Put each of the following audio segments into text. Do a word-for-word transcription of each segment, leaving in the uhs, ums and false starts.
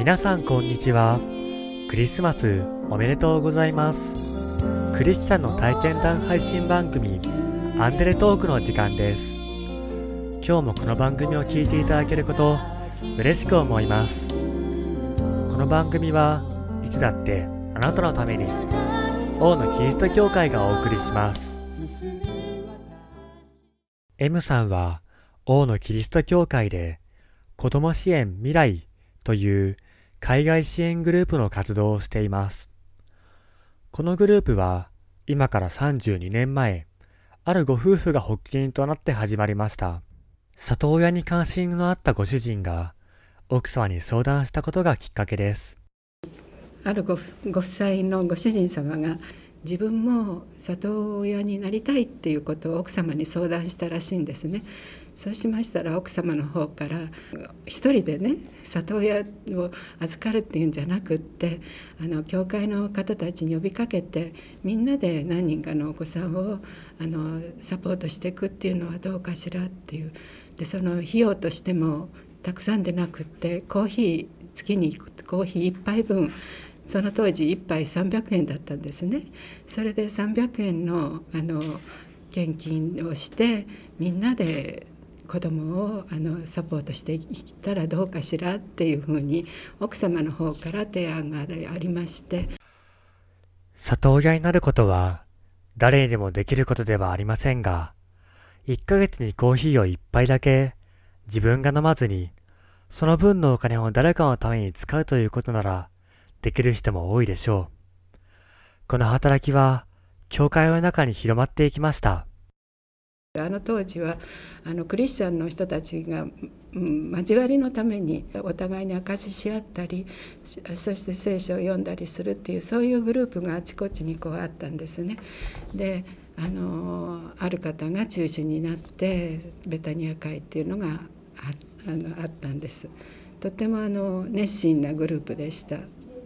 皆さんこんにちは。クリスマスおめでとうございます。クリスチャンの体験談配信番組アンデレトークの時間です。今日もこの番組を聞いていただけること嬉しく思います。この番組はいつだってあなたのために王のキリスト教会がお送りします。 M さんは王のキリスト教会で子ども支援未来という海外支援グループの活動をしています。このグループは今からさんじゅうにねんまえ、あるご夫婦が発起人となって始まりました。里親に関心のあったご主人が奥様に相談したことがきっかけです。 ある ご, ご夫妻のご主人様が自分も里親になりたいっていうことを奥様に相談したらしいんですね。そうしましたら奥様の方から一人でね里親を預かるっていうんじゃなくってあの教会の方たちに呼びかけてみんなで何人かのお子さんをあのサポートしていくっていうのはどうかしらっていうでその費用としてもたくさんでなくってコーヒー月にコーヒーいっぱいぶんその当時いっぱいさんびゃくえんだったんですね。それでさんびゃくえんのあの献金をしてみんなで子どもをあのサポートしていったらどうかしらっていうふうに奥様の方から提案がありまして、 里親になることは誰にでもできることではありませんが、いっかげつにコーヒーをいっぱいだけ自分が飲まずにその分のお金を誰かのために使うということならできる人も多いでしょう。この働きは教会の中に広まっていきました。 あの当時はあのクリスチャンの人たちが、うん、交わりのためにお互いに証しし合ったりそして聖書を読んだりするっていうそういうグループがあちこちにこうあったんですね。で あのある方が中心になってベタニア会っていうのが あ, あ, のあったんです。とてもあの熱心なグループでした。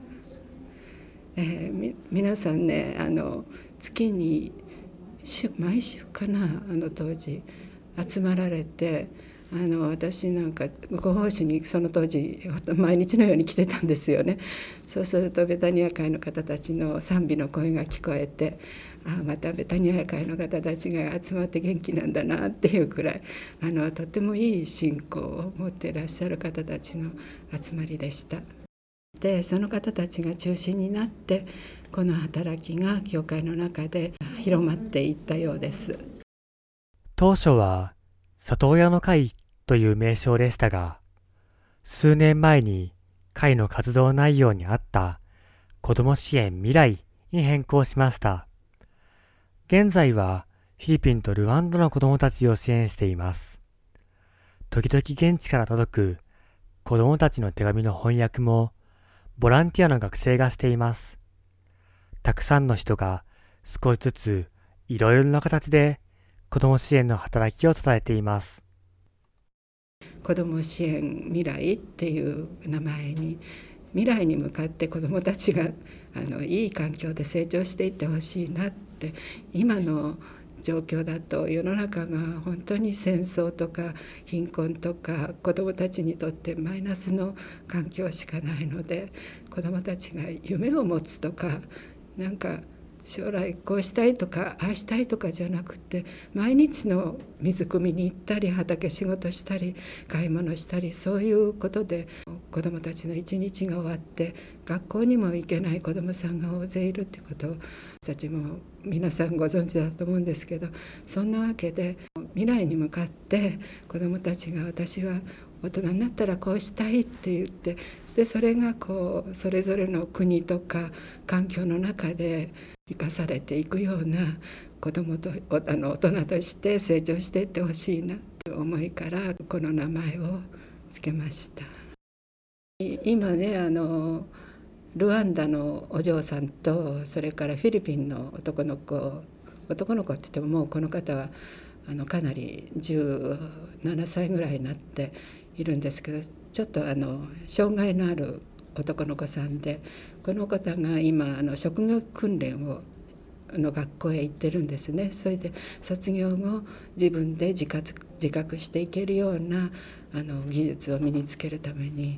えー、み皆さんねあの月に毎週かなあの当時集まられてあの私なんかご奉仕にその当時毎日のように来てたんですよね。そうするとベタニア会の方たちの賛美の声が聞こえてあまたベタニア会の方たちが集まって元気なんだなっていうくらいあのとてもいい信仰を持っていらっしゃる方たちの集まりでした。でその方たちが中心になってこの働きが教会の中で広まっていったようです。 当初は里親の会という名称でしたが、数年前に会の活動内容に合った子ども支援未来に変更しました。現在はフィリピンとルワンダの子どもたちを支援しています。時々現地から届く子どもたちの手紙の翻訳もボランティアの学生がしています。たくさんの人が少しずついろいろな形で子ども支援の働きを伝えています。 子ども支援未来っていう名前に未来に向かって子どもたちがあのいい環境で成長していってほしいなって今の状況だと世の中が本当に戦争とか貧困とか子どもたちにとってマイナスの環境しかないので子どもたちが夢を持つとかなんか将来こうしたいとかああしたいとかじゃなくて毎日の水汲みに行ったり畑仕事したり買い物したりそういうことで子どもたちの一日が終わって学校にも行けない子どもさんが大勢いるってことを私たちも皆さんご存知だと思うんですけどそんなわけで未来に向かって子どもたちが私は大人になったらこうしたいって言ってでそれがこうそれぞれの国とか環境の中で生かされていくような子どもとあの大人として成長していってほしいなという思いからこの名前を付けました。今ねあのルワンダのお嬢さんとそれからフィリピンの男の子男の子って言ってももうこの方はあのかなりじゅうななさいぐらいになっているんですけどちょっとあの障害のある男の子さんでこの方が今あの職業訓練をの学校へ行ってるんですね。それで卒業後自分で自覚、自覚していけるようなあの技術を身につけるために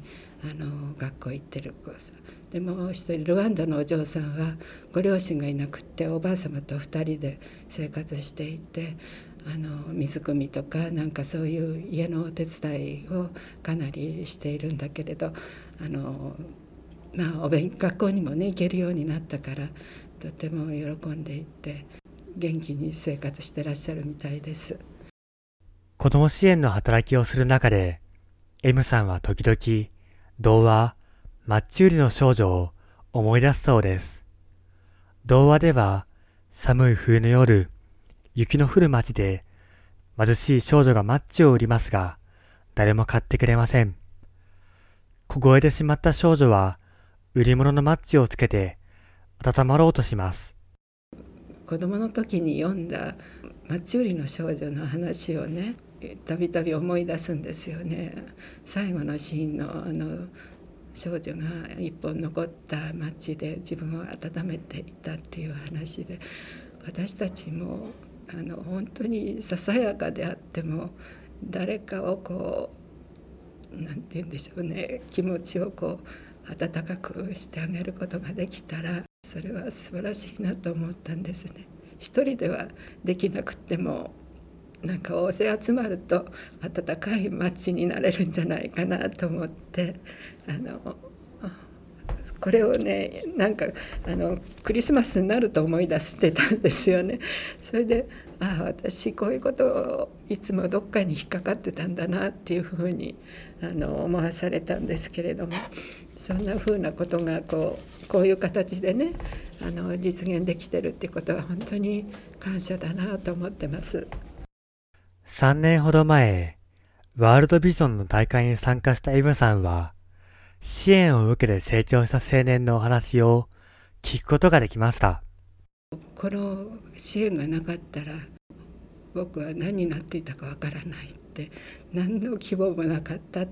あの学校行ってる子さんで、もう一人ルワンダのお嬢さんはご両親がいなくっておばあ様と二人で生活していて、あの水汲みとかなんかそういう家のお手伝いをかなりしているんだけれど、あのまあお勉学校にもね行けるようになったからとても喜んでいて元気に生活してらっしゃるみたいです。 子ども支援の働きをする中で M さんは時々童話マッチ売りの少女を思い出すそうです。童話では寒い冬の夜、雪の降る街で貧しい少女がマッチを売りますが、誰も買ってくれません。凍えてしまった少女は売り物のマッチをつけて温まろうとします。 子供の時に読んだマッチ売りの少女の話をね、たびたび思い出すんですよね。最後のシーンのあの少女が一本残ったマッチで自分を温めていたっていう話で、私たちもあの本当にささやかであっても誰かをこうなんて言うんでしょうね、気持ちをこう温かくしてあげることができたらそれは素晴らしいなと思ったんですね。一人ではできなくてもなんか大勢集まると温かい街になれるんじゃないかなと思って、あのこれをねなんかあのクリスマスになると思い出してたんですよね。それでああ私こういうことをいつもどっかに引っかかってたんだなっていうふうにあの思わされたんですけれども、そんなふうなことがこうこういう形でねあの実現できてるってことは本当に感謝だなと思ってます。 さんねんほど前、ワールドビジョンの大会に参加した M さんは、支援を受けて成長した青年のお話を聞くことができました。 この支援がなかったら僕は何になっていたかわからないって、何の希望もなかったって、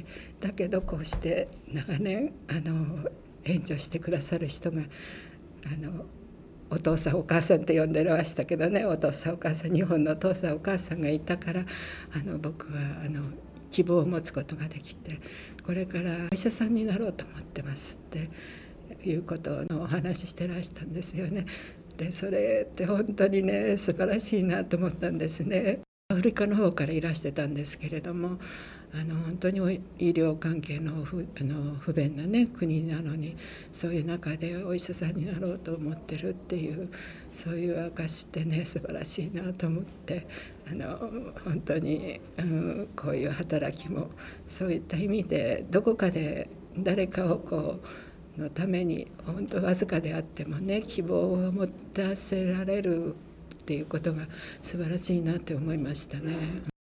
だけどこうして長年あの援助してくださる人があのお父さんお母さんって呼んでましたけどね、お父さんお母さん日本のお父さんお母さんがいたからあの僕はあの希望を持つことができて、これからお医者さんになろうと思ってますっていうことのお話ししてらしたんですよね。でそれって本当にね素晴らしいなと思ったんですね。アフリカの方からいらしてたんですけれども、あの本当に医療関係の 不, あの不便な、ね、国なのにそういう中でお医者さんになろうと思ってるっていうそういう証ってね素晴らしいなと思って、あの本当に、うん、こういう働きもそういった意味でどこかで誰かをこうのために本当わずかであってもね希望を持たせられるっていうことが素晴らしいなって思いましたね。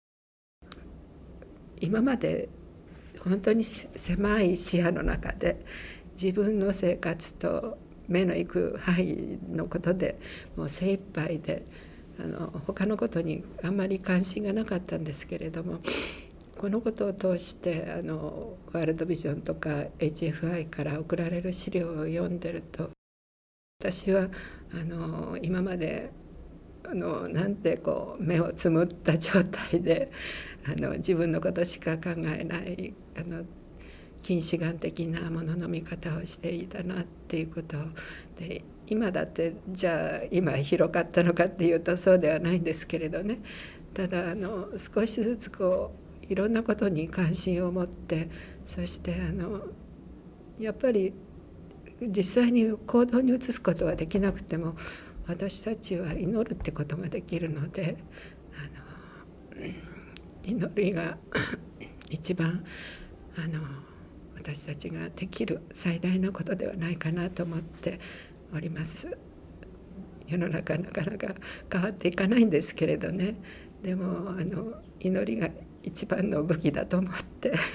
今まで本当に狭い視野の中で自分の生活と目の行く範囲のことでもう精一杯であの他のことにあんまり関心がなかったんですけれども、このことを通してあのワールドビジョンとか エイチエフアイ から送られる資料を読んでると、私はあの今まであのなんてこう目をつむった状態であの自分のことしか考えないあの近視眼的なものの見方をしていたなっていうことで、今だってじゃあ今広かったのかっていうとそうではないんですけれどね、ただあの少しずつこういろんなことに関心を持って、そしてあのやっぱり実際に行動に移すことはできなくても私たちは祈るってことができるので、あの祈りが一番あの私たちができる最大のことではないかなと思っております。世の中なかなか変わっていかないんですけれどね、でもあの祈りが一番の武器だと思ってはい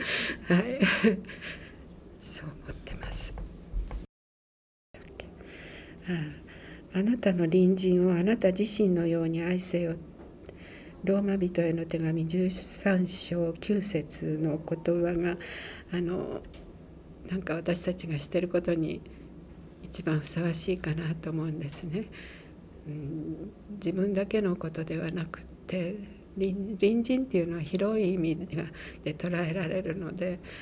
そう思ってます。ああ、あなたの隣人をあなた自身のように愛せよ。ローマ人への手紙じゅうさん章きゅう節の言葉があのなんか私たちがしていることに一番ふさわしいかなと思うんですね。うん、自分だけのことではなくて隣人っていうのは広い意味で捉えられるので、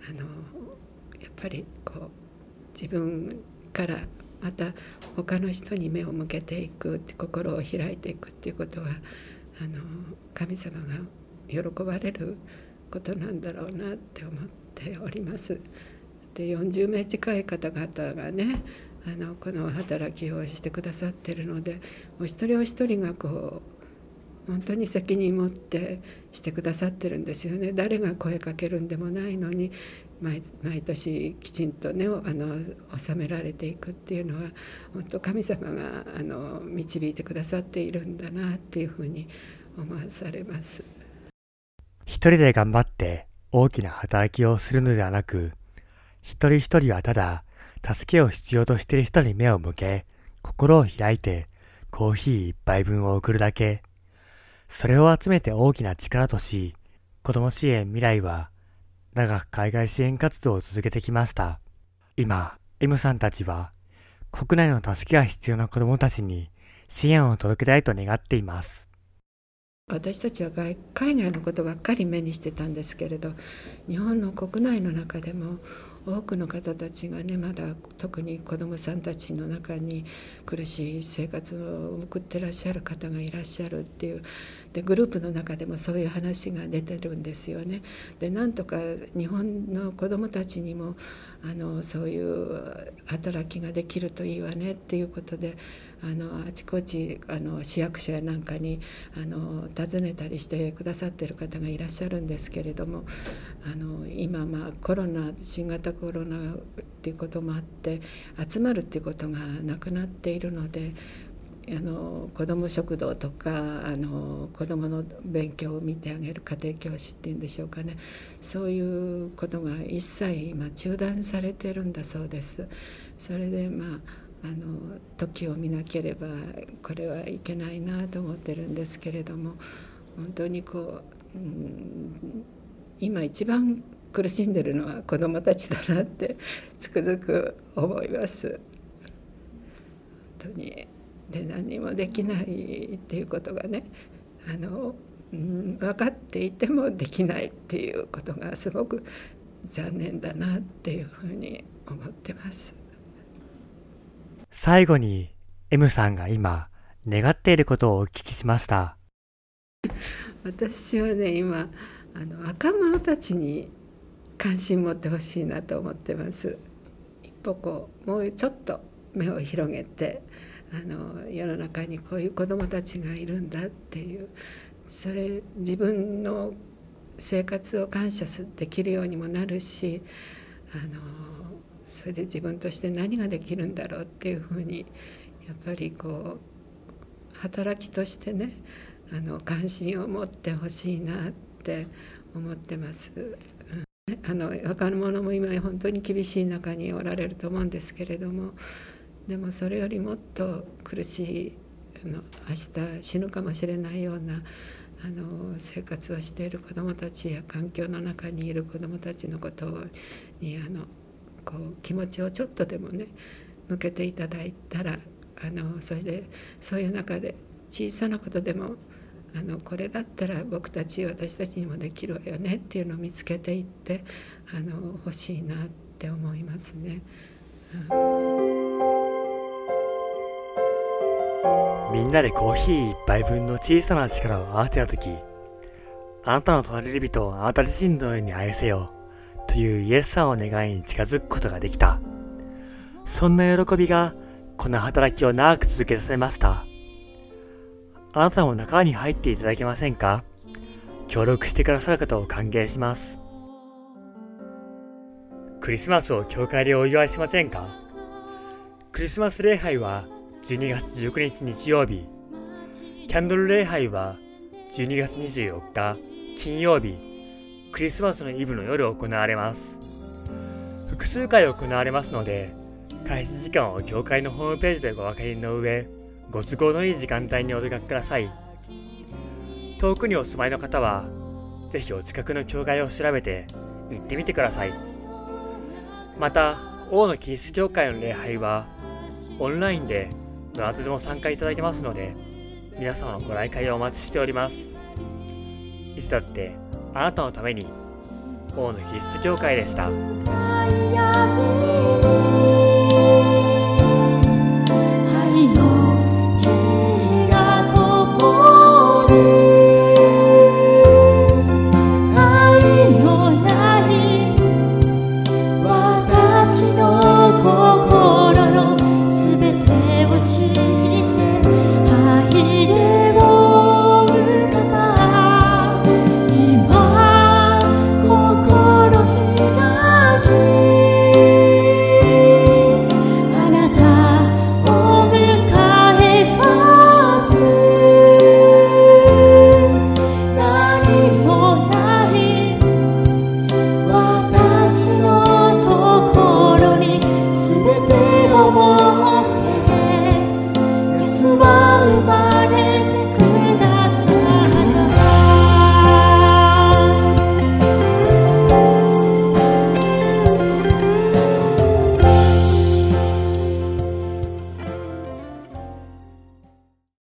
あのやっぱりこう自分からまた他の人に目を向けていくって、心を開いていくっていうことはあの神様が喜ばれることなんだろうなって思っております。でよんじゅうめい近い方々がね、あのこの働きをしてくださってるので、お一人お一人がこう本当に責任持ってしてくださってるんですよね。誰が声かけるんでもないのに 毎, 毎年きちんとねあの収められていくっていうのは本当神様があの導いてくださっているんだなっていうふうに思わされます。 一人で頑張って大きな働きをするのではなく、一人一人はただ助けを必要としている人に目を向け、心を開いてコーヒー一杯分を送るだけ。それを集めて大きな力とし、子ども支援未来は長く海外支援活動を続けてきました。今、M さんたちは国内の助けが必要な子どもたちに支援を届けたいと願っています。 私たちは海外のことばっかり目にしてたんですけれど、日本の国内の中でも多くの方たちがね、まだ特に子どもさんたちの中に苦しい生活を送ってらっしゃる方がいらっしゃるっていう、でグループの中でもそういう話が出てるんですよね。でなんとか日本の子どもたちにもあのそういう働きができるといいわねっていうことで、あのあちこちあの市役所やなんかにあの訪ねたりしてくださっている方がいらっしゃるんですけれども、あの今まあコロナ新型コロナっていうこともあって集まるっていうことがなくなっているので、あの子ども食堂とかあの子どもの勉強を見てあげる家庭教師っていうんでしょうかね、そういうことが一切今中断されてるんだそうです。それでまああの時を見なければこれはいけないなと思ってるんですけれども、本当にこう、うん、今一番苦しんでるのは子どもたちだなってつくづく思います。本当にで何もできないっていうことがね、あの、うん、分かっていてもできないっていうことがすごく残念だなっていうふうに思ってます。 最後に M さんが今願っていることをお聞きしました。 私はね、今あの若者たちに関心持ってほしいなと思ってます。一歩こうもうちょっと目を広げて、あの世の中にこういう子どもたちがいるんだっていう、それ自分の生活を感謝できるようにもなるし、あのそれで自分として何ができるんだろうっていうふうにやっぱりこう働きとしてね、あの関心を持ってほしいなって思ってます。あの若者も今本当に厳しい中におられると思うんですけれども、でもそれよりもっと苦しいあの明日死ぬかもしれないようなあの生活をしている子どもたちや環境の中にいる子どもたちのことにあのこう気持ちをちょっとでもね向けていただいたら、あのそれでそういう中で小さなことでもあのこれだったら僕たち私たちにもできるわよねっていうのを見つけていってあの欲しいなって思いますね。 うん、みんなでコーヒー一杯分の小さな力を合わせたとき、あなたの隣人をあなた自身のように愛せよというイエスさんを願いに近づくことができた。そんな喜びがこの働きを長く続けさせました。あなたも中に入っていただけませんか？協力してくださる方を歓迎します。クリスマスを教会でお祝いしませんか？クリスマス礼拝はじゅうにがつじゅうくにち日曜日、キャンドル礼拝はじゅうにがつにじゅうよっか金曜日、クリスマスのイブの夜行われます。複数回行われますので、開始時間を教会のホームページでご確認の上、ご都合のいい時間帯にお出かけください。遠くにお住まいの方は、ぜひお近くの教会を調べて行ってみてください。また、大野キリスト教会の礼拝は、オンラインでどなたでも参加いただけますので、皆様のご来会をお待ちしております。いつだってあなたのために大野キリスト教会でした。 マイアミに